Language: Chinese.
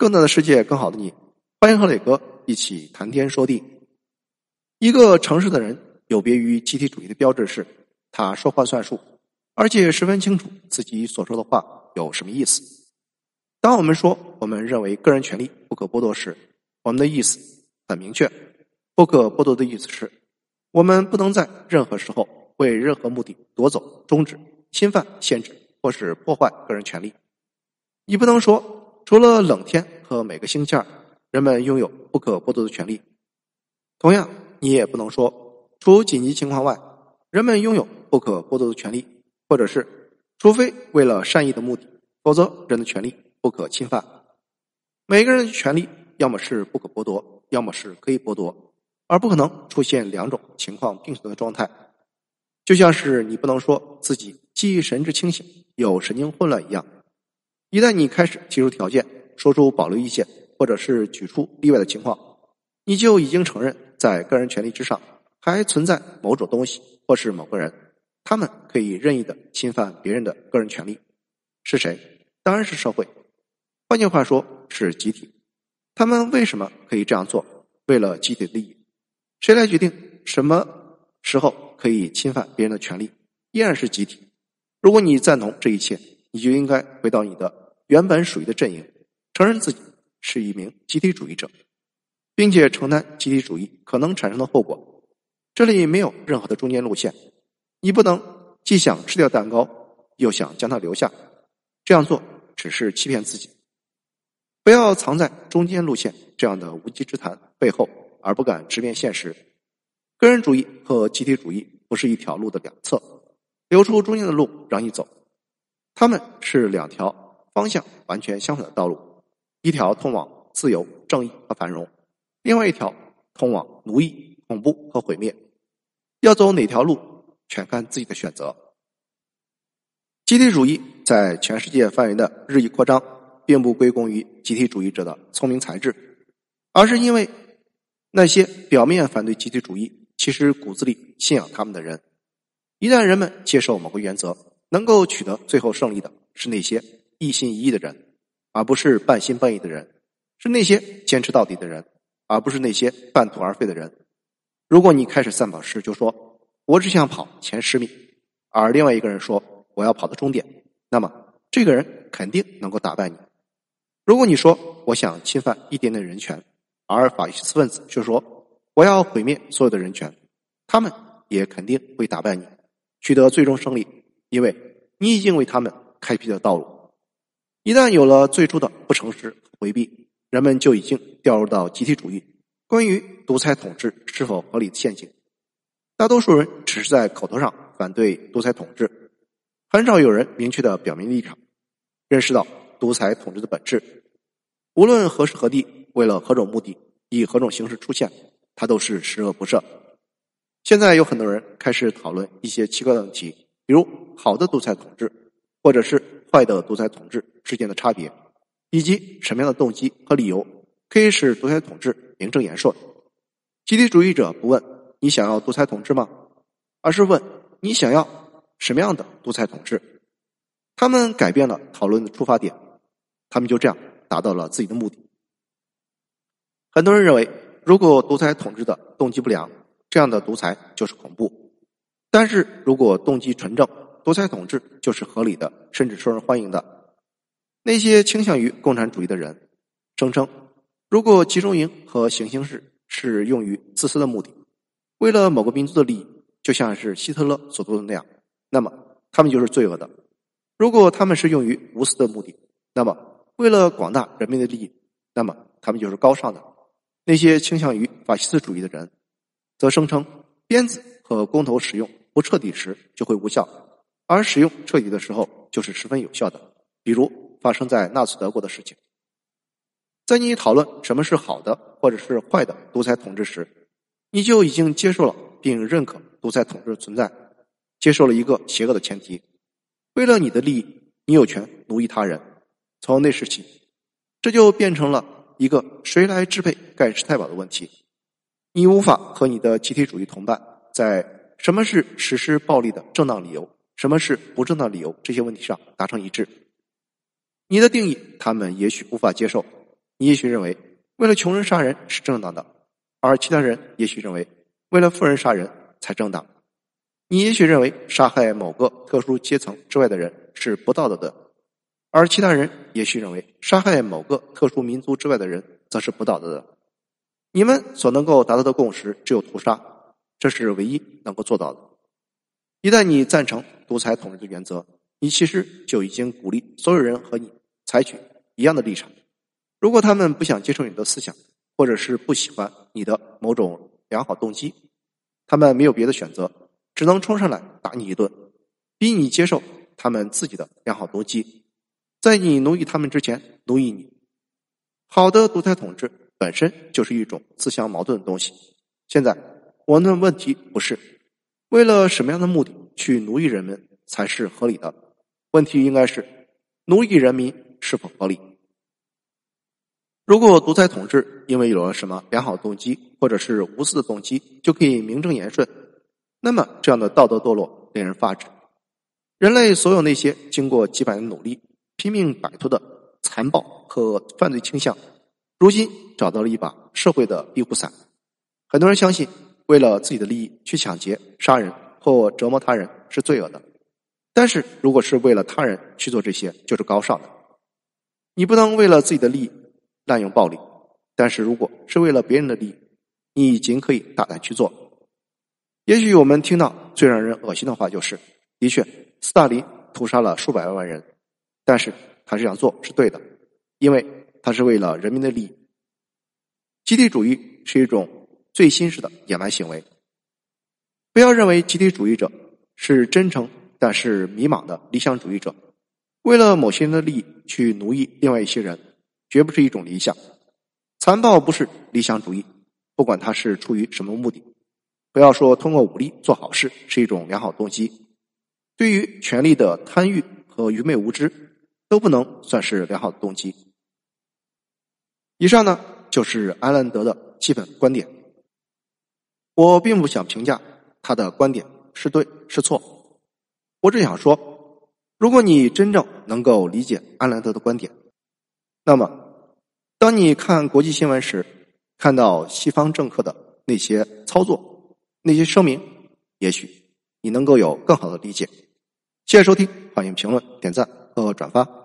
更大的世界，更好的你。欢迎和磊哥一起谈天说地。一个诚实的人有别于集体主义的标志是，他说话算数，而且十分清楚自己所说的话有什么意思。当我们说我们认为个人权利不可剥夺时，我们的意思很明确，不可剥夺的意思是，我们不能在任何时候为任何目的夺走、终止、侵犯、限制或是破坏个人权利。你不能说除了冷天和每个星期二，人们拥有不可剥夺的权利。同样，你也不能说除紧急情况外，人们拥有不可剥夺的权利，或者是除非为了善意的目的，否则人的权利不可侵犯。每个人的权利要么是不可剥夺，要么是可以剥夺，而不可能出现两种情况并存的状态。就像是你不能说自己既神志清醒又神经混乱一样。一旦你开始提出条件，说出保留意见，或者是举出例外的情况，你就已经承认在个人权利之上还存在某种东西或是某个人，他们可以任意的侵犯别人的个人权利。是谁？当然是社会。换句话说，是集体。他们为什么可以这样做？为了集体的利益。谁来决定什么时候可以侵犯别人的权利？依然是集体。如果你赞同这一切，你就应该回到你的原本属于的阵营，承认自己是一名集体主义者，并且承担集体主义可能产生的后果。这里没有任何的中间路线，你不能既想吃掉蛋糕，又想将它留下，这样做只是欺骗自己。不要藏在中间路线这样的无稽之谈背后而不敢直面现实。个人主义和集体主义不是一条路的两侧，留出中间的路让你走。它们是两条方向完全相反的道路，一条通往自由、正义和繁荣，另外一条通往奴役、恐怖和毁灭。要走哪条路，全看自己的选择。集体主义在全世界范围的日益扩张，并不归功于集体主义者的聪明才智，而是因为那些表面反对集体主义，其实骨子里信仰他们的人。一旦人们接受某个原则，能够取得最后胜利的是那些一心一意的人，而不是半心半意的人，是那些坚持到底的人，而不是那些半途而废的人。如果你开始赛跑时就说我只想跑前10米，而另外一个人说我要跑到终点，那么这个人肯定能够打败你。如果你说我想侵犯一点点人权，而法西斯分子却说我要毁灭所有的人权，他们也肯定会打败你，取得最终胜利，因为你已经为他们开辟了道路。一旦有了最初的不诚实和回避，人们就已经掉入到集体主义关于独裁统治是否合理的陷阱。大多数人只是在口头上反对独裁统治，很少有人明确的表明立场，认识到独裁统治的本质。无论何时何地，为了何种目的，以何种形式出现，它都是十恶不赦。现在有很多人开始讨论一些奇怪的问题，比如好的独裁统治或者是坏的独裁统治之间的差别，以及什么样的动机和理由可以使独裁统治名正言顺。集体主义者不问你想要独裁统治吗，而是问你想要什么样的独裁统治。他们改变了讨论的出发点，他们就这样达到了自己的目的。很多人认为，如果独裁统治的动机不良，这样的独裁就是恐怖。但是如果动机纯正，独裁统治就是合理的，甚至受人欢迎的。那些倾向于共产主义的人声称，如果集中营和行刑室是用于自私的目的，为了某个民族的利益，就像是希特勒所做的那样，那么他们就是罪恶的。如果他们是用于无私的目的，那么为了广大人民的利益，那么他们就是高尚的。那些倾向于法西斯主义的人则声称，鞭子和公投使用不彻底时就会无效，而使用彻底的时候就是十分有效的，比如发生在纳粹德国的事情。在你讨论什么是好的或者是坏的独裁统治时，你就已经接受了并认可独裁统治的存在，接受了一个邪恶的前提，为了你的利益，你有权奴役他人。从那时起，这就变成了一个谁来支配盖世太保的问题。你无法和你的集体主义同伴在什么是实施暴力的正当理由，什么是不正当理由这些问题上达成一致。你的定义他们也许无法接受， 你也许认为为了穷人杀人是正当的，而其他人也许认为为了富人杀人才正当。你也许认为杀害某个特殊阶层之外的人是不道德的，而其他人也许认为杀害某个特殊民族之外的人则是不道德的。你们所能够达到的共识只有屠杀，这是唯一能够做到的。一旦你赞成独裁统治的原则，你其实就已经鼓励所有人和你采取一样的立场。如果他们不想接受你的思想，或者是不喜欢你的某种良好动机，他们没有别的选择，只能冲上来打你一顿，逼你接受他们自己的良好动机，在你奴役他们之前奴役你。好的独裁统治本身就是一种自相矛盾的东西。现在我们的问题不是为了什么样的目的去奴役人们才是合理的，问题应该是奴役人民是否合理。如果独裁统治因为有了什么良好动机或者是无私的动机就可以名正言顺，那么这样的道德堕落令人发指。人类所有那些经过几百年努力拼命摆脱的残暴和犯罪倾向，如今找到了一把社会的庇护伞。很多人相信为了自己的利益去抢劫、杀人或折磨他人是罪恶的，但是如果是为了他人去做这些就是高尚的。你不能为了自己的利益滥用暴力，但是如果是为了别人的利益，你已经可以大胆去做。也许我们听到最让人恶心的话就是，的确斯大林屠杀了数百万人，但是他这样做是对的，因为他是为了人民的利益。集体主义是一种最新式的野蛮行为。不要认为集体主义者是真诚但是迷茫的理想主义者，为了某些人的利益去奴役另外一些人，绝不是一种理想。残暴不是理想主义，不管他是出于什么目的。不要说通过武力做好事是一种良好动机，对于权力的贪欲和愚昧无知都不能算是良好的动机。以上呢就是安兰德的基本观点。我并不想评价他的观点是对是错，我只想说，如果你真正能够理解安兰德的观点，那么当你看国际新闻时，看到西方政客的那些操作、那些声明，也许你能够有更好的理解。谢谢收听，欢迎评论、点赞和转发。